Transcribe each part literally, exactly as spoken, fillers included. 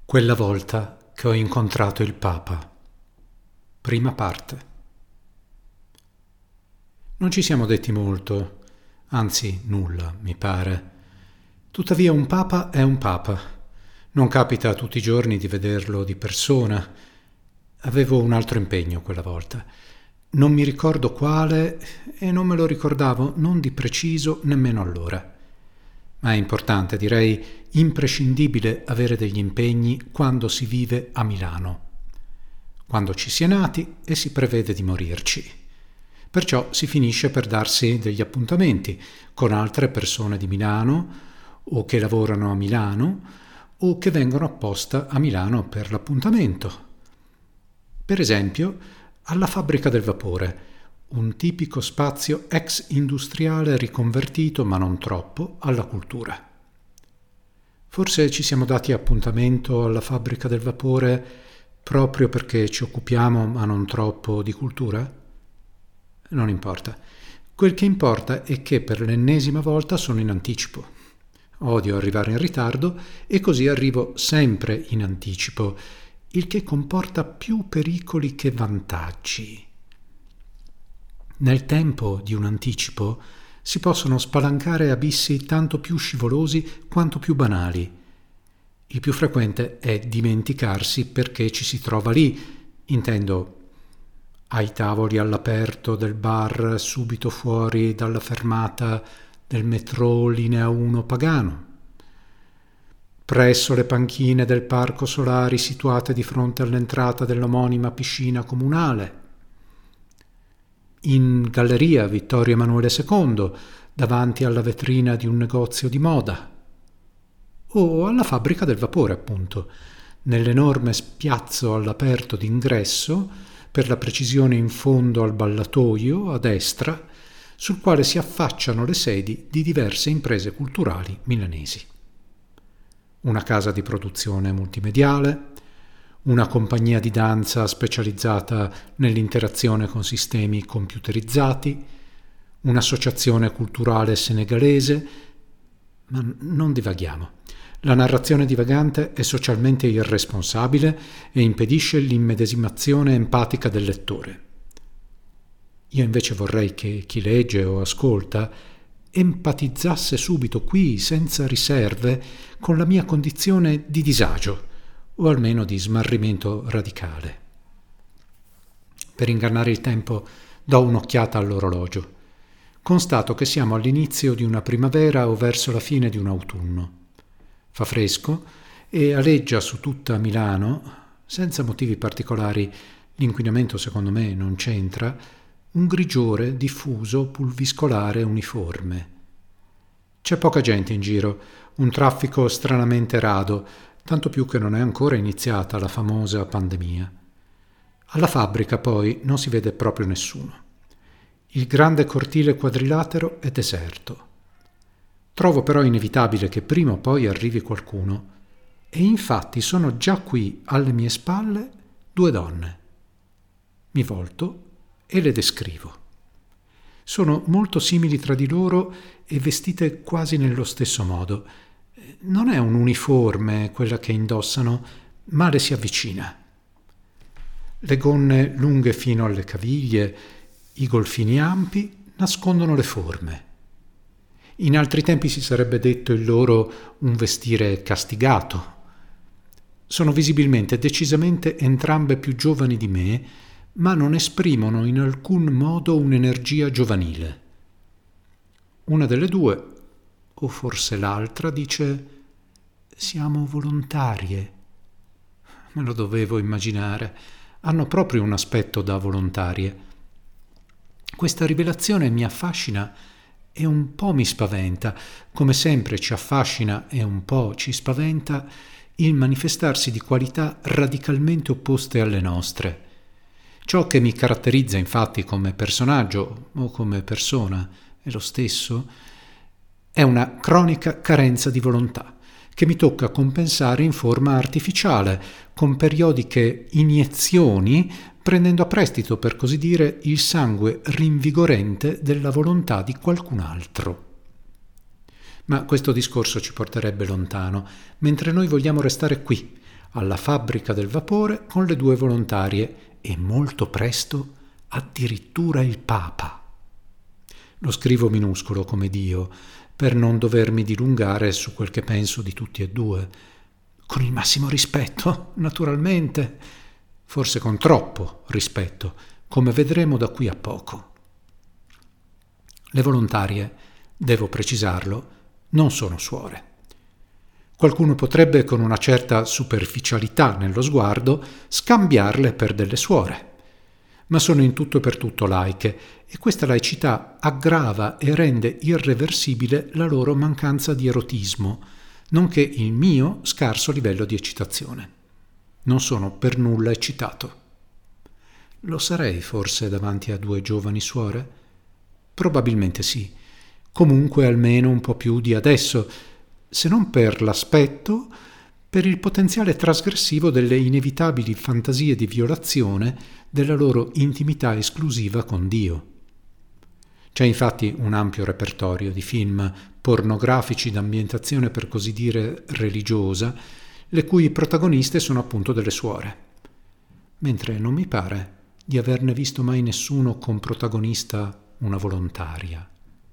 Quella volta che ho incontrato il Papa. Prima parte. Non ci siamo detti molto, anzi nulla, mi pare. Tuttavia un Papa è un Papa. Non capita tutti i giorni di vederlo di persona. Avevo un altro impegno quella volta. Non mi ricordo quale e non me lo ricordavo, non di preciso nemmeno allora. Ma è importante, direi imprescindibile, avere degli impegni quando si vive a Milano, quando ci si è nati e si prevede di morirci. Perciò si finisce per darsi degli appuntamenti con altre persone di Milano o che lavorano a Milano o che vengono apposta a Milano per l'appuntamento. Per esempio, alla Fabbrica del Vapore, un tipico spazio ex industriale riconvertito, ma non troppo, alla cultura. Forse ci siamo dati appuntamento alla Fabbrica del Vapore proprio perché ci occupiamo, ma non troppo, di cultura? Non importa. Quel che importa è che per l'ennesima volta sono in anticipo. Odio arrivare in ritardo e così arrivo sempre in anticipo, il che comporta più pericoli che vantaggi. Nel tempo di un anticipo si possono spalancare abissi tanto più scivolosi quanto più banali. Il più frequente è dimenticarsi perché ci si trova lì, intendo ai tavoli all'aperto del bar subito fuori dalla fermata del metro Linea uno Pagano, presso le panchine del Parco Solari situate di fronte all'entrata dell'omonima piscina comunale, in Galleria Vittorio Emanuele secondo, davanti alla vetrina di un negozio di moda, o alla Fabbrica del Vapore, appunto, nell'enorme spiazzo all'aperto d'ingresso, per la precisione in fondo al ballatoio, a destra, sul quale si affacciano le sedi di diverse imprese culturali milanesi. Una casa di produzione multimediale, una compagnia di danza specializzata nell'interazione con sistemi computerizzati, un'associazione culturale senegalese, ma non divaghiamo. La narrazione divagante è socialmente irresponsabile e impedisce l'immedesimazione empatica del lettore. Io invece vorrei che chi legge o ascolta empatizzasse subito qui, senza riserve, con la mia condizione di disagio, o almeno di smarrimento radicale. Per ingannare il tempo do un'occhiata all'orologio. Constato che siamo all'inizio di una primavera o verso la fine di un autunno. Fa fresco e aleggia su tutta Milano, senza motivi particolari, l'inquinamento secondo me non c'entra, un grigiore diffuso, pulviscolare, uniforme. C'è poca gente in giro, un traffico stranamente rado, tanto più che non è ancora iniziata la famosa pandemia. Alla fabbrica poi non si vede proprio nessuno. Il grande cortile quadrilatero è deserto. Trovo però inevitabile che prima o poi arrivi qualcuno, e infatti sono già qui alle mie spalle due donne. Mi volto e le descrivo. Sono molto simili tra di loro e vestite quasi nello stesso modo. Non è un uniforme quella che indossano, ma le si avvicina. Le gonne lunghe fino alle caviglie, i golfini ampi nascondono le forme. In altri tempi si sarebbe detto il loro un vestire castigato. Sono visibilmente decisamente entrambe più giovani di me, ma non esprimono in alcun modo un'energia giovanile. Una delle due, o forse l'altra, dice: «Siamo volontarie». Me lo dovevo immaginare. Hanno proprio un aspetto da volontarie. Questa rivelazione mi affascina e un po' mi spaventa, come sempre ci affascina e un po' ci spaventa il manifestarsi di qualità radicalmente opposte alle nostre. Ciò che mi caratterizza infatti come personaggio o come persona è lo stesso, è una cronica carenza di volontà che mi tocca compensare in forma artificiale, con periodiche iniezioni, prendendo a prestito, per così dire, il sangue rinvigorente della volontà di qualcun altro. Ma questo discorso ci porterebbe lontano, mentre noi vogliamo restare qui, alla fabbrica del vapore con le due volontarie e molto presto addirittura il Papa. Lo scrivo minuscolo come Dio, per non dovermi dilungare su quel che penso di tutti e due, con il massimo rispetto, naturalmente, forse con troppo rispetto, come vedremo da qui a poco. Le volontarie, devo precisarlo, non sono suore. Qualcuno potrebbe, con una certa superficialità nello sguardo, scambiarle per delle suore, ma sono in tutto e per tutto laiche, e questa laicità aggrava e rende irreversibile la loro mancanza di erotismo, nonché il mio scarso livello di eccitazione. Non sono per nulla eccitato. Lo sarei forse davanti a due giovani suore? Probabilmente sì, comunque almeno un po' più di adesso, se non per l'aspetto, per il potenziale trasgressivo delle inevitabili fantasie di violazione della loro intimità esclusiva con Dio. C'è infatti un ampio repertorio di film pornografici d'ambientazione per così dire religiosa, le cui protagoniste sono appunto delle suore, mentre non mi pare di averne visto mai nessuno con protagonista una volontaria.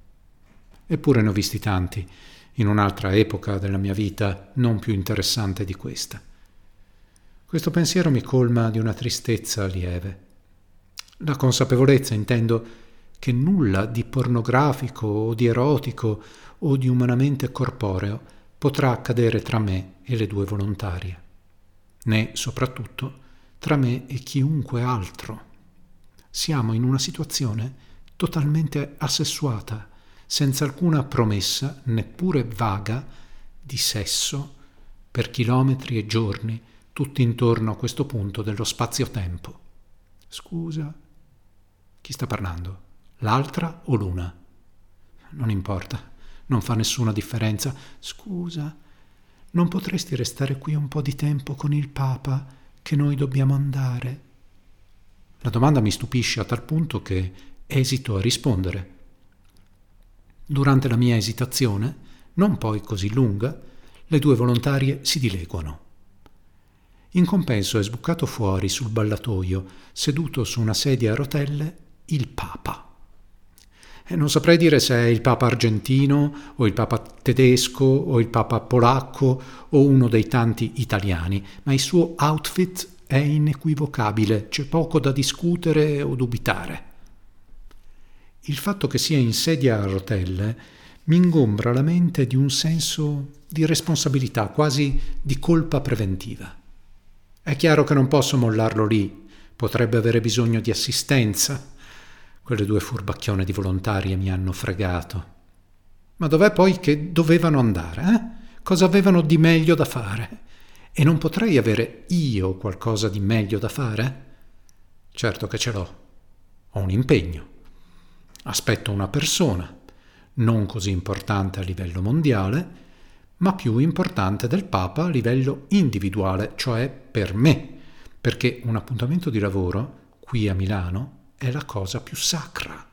Eppure ne ho visti tanti, in un'altra epoca della mia vita non più interessante di questa. Questo pensiero mi colma di una tristezza lieve. La consapevolezza, intendo, che nulla di pornografico o di erotico o di umanamente corporeo potrà accadere tra me e le due volontarie, né soprattutto tra me e chiunque altro. Siamo in una situazione totalmente assessuata, senza alcuna promessa, neppure vaga, di sesso per chilometri e giorni tutti intorno a questo punto dello spazio-tempo. Scusa, chi sta parlando? L'altra o l'una? Non importa, non fa nessuna differenza. Scusa, non potresti restare qui un po' di tempo con il Papa, che noi dobbiamo andare? La domanda mi stupisce a tal punto che esito a rispondere. Durante la mia esitazione, non poi così lunga, le due volontarie si dileguano. In compenso è sbucato fuori sul ballatoio, seduto su una sedia a rotelle, il Papa. E non saprei dire se è il Papa argentino, o il Papa tedesco, o il Papa polacco, o uno dei tanti italiani, ma il suo outfit è inequivocabile, c'è poco da discutere o dubitare. Il fatto che sia in sedia a rotelle mi ingombra la mente di un senso di responsabilità, quasi di colpa preventiva. È chiaro che non posso mollarlo lì, potrebbe avere bisogno di assistenza. Quelle due furbacchione di volontarie mi hanno fregato. Ma dov'è poi che dovevano andare? Eh? Cosa avevano di meglio da fare? E non potrei avere io qualcosa di meglio da fare? Certo che ce l'ho. Ho un impegno. Aspetto una persona, non così importante a livello mondiale, ma più importante del Papa a livello individuale, cioè per me, perché un appuntamento di lavoro, qui a Milano, è la cosa più sacra.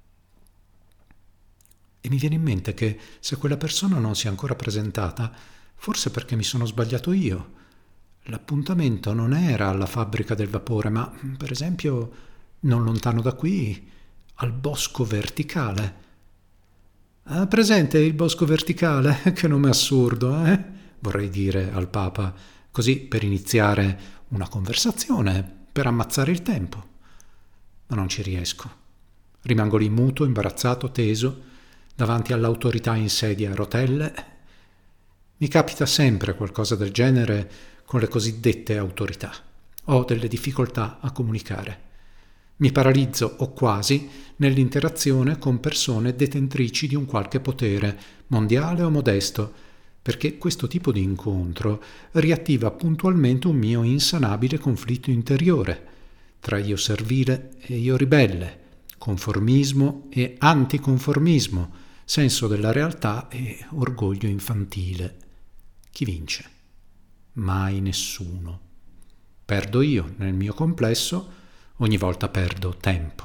E mi viene in mente che se quella persona non si è ancora presentata, forse perché mi sono sbagliato io. L'appuntamento non era alla fabbrica del vapore, ma per esempio non lontano da qui, al Bosco Verticale. Ha presente il Bosco Verticale? Che nome assurdo, eh? Vorrei dire al Papa, così per iniziare una conversazione, per ammazzare il tempo. Ma non ci riesco. Rimango lì muto, imbarazzato, teso, davanti all'autorità in sedia a rotelle. Mi capita sempre qualcosa del genere con le cosiddette autorità. Ho delle difficoltà a comunicare. Mi paralizzo, o quasi, nell'interazione con persone detentrici di un qualche potere, mondiale o modesto, perché questo tipo di incontro riattiva puntualmente un mio insanabile conflitto interiore, tra io servile e io ribelle, conformismo e anticonformismo, senso della realtà e orgoglio infantile. Chi vince? Mai nessuno. Perdo io nel mio complesso, ogni volta perdo tempo.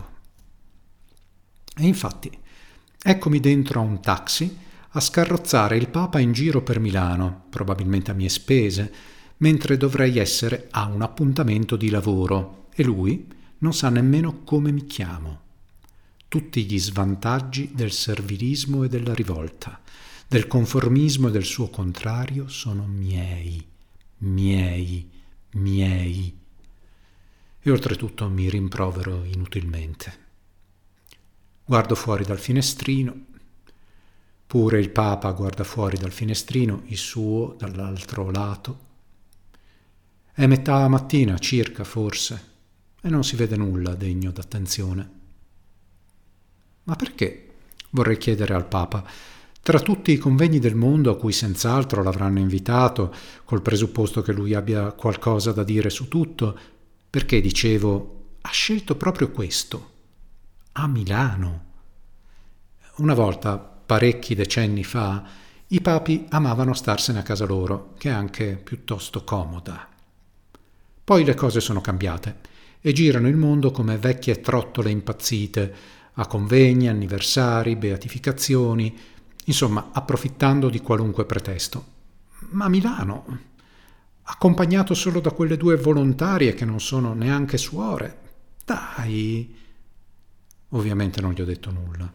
E infatti, eccomi dentro a un taxi a scarrozzare il Papa in giro per Milano, probabilmente a mie spese, mentre dovrei essere a un appuntamento di lavoro e lui non sa nemmeno come mi chiamo. Tutti gli svantaggi del servilismo e della rivolta, del conformismo e del suo contrario sono miei, miei, miei. E oltretutto mi rimprovero inutilmente. Guardo fuori dal finestrino, pure il Papa guarda fuori dal finestrino, il suo dall'altro lato. È metà mattina circa, forse, e non si vede nulla degno d'attenzione. Ma perché? Vorrei chiedere al Papa. Tra tutti i convegni del mondo a cui senz'altro l'avranno invitato, col presupposto che lui abbia qualcosa da dire su tutto, perché, dicevo, ha scelto proprio questo, a Milano. Una volta, parecchi decenni fa, i papi amavano starsene a casa loro, che è anche piuttosto comoda. Poi le cose sono cambiate e girano il mondo come vecchie trottole impazzite, a convegni, anniversari, beatificazioni, insomma, approfittando di qualunque pretesto. Ma Milano, accompagnato solo da quelle due volontarie che non sono neanche suore, dai! Ovviamente non gli ho detto nulla.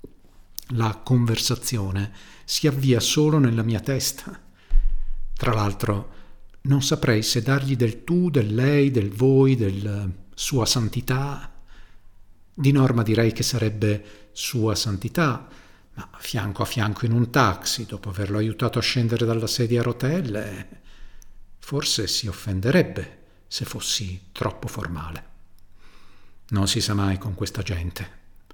La conversazione si avvia solo nella mia testa. Tra l'altro, non saprei se dargli del tu, del lei, del voi, del sua santità. Di norma direi che sarebbe sua santità, ma fianco a fianco in un taxi, dopo averlo aiutato a scendere dalla sedia a rotelle, forse si offenderebbe se fossi troppo formale. Non si sa mai con questa gente.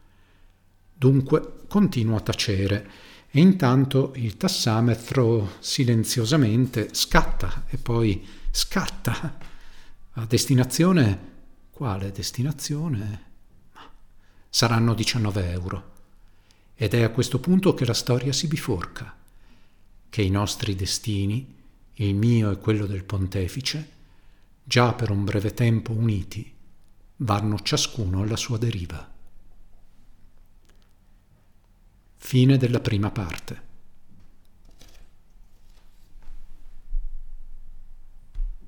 Dunque continuo a tacere e intanto il tassametro silenziosamente scatta e poi scatta. A destinazione? Quale destinazione? Saranno diciannove euro. Ed è a questo punto che la storia si biforca, che i nostri destini, il mio e quello del pontefice, già per un breve tempo uniti, vanno ciascuno alla sua deriva. Fine della prima parte.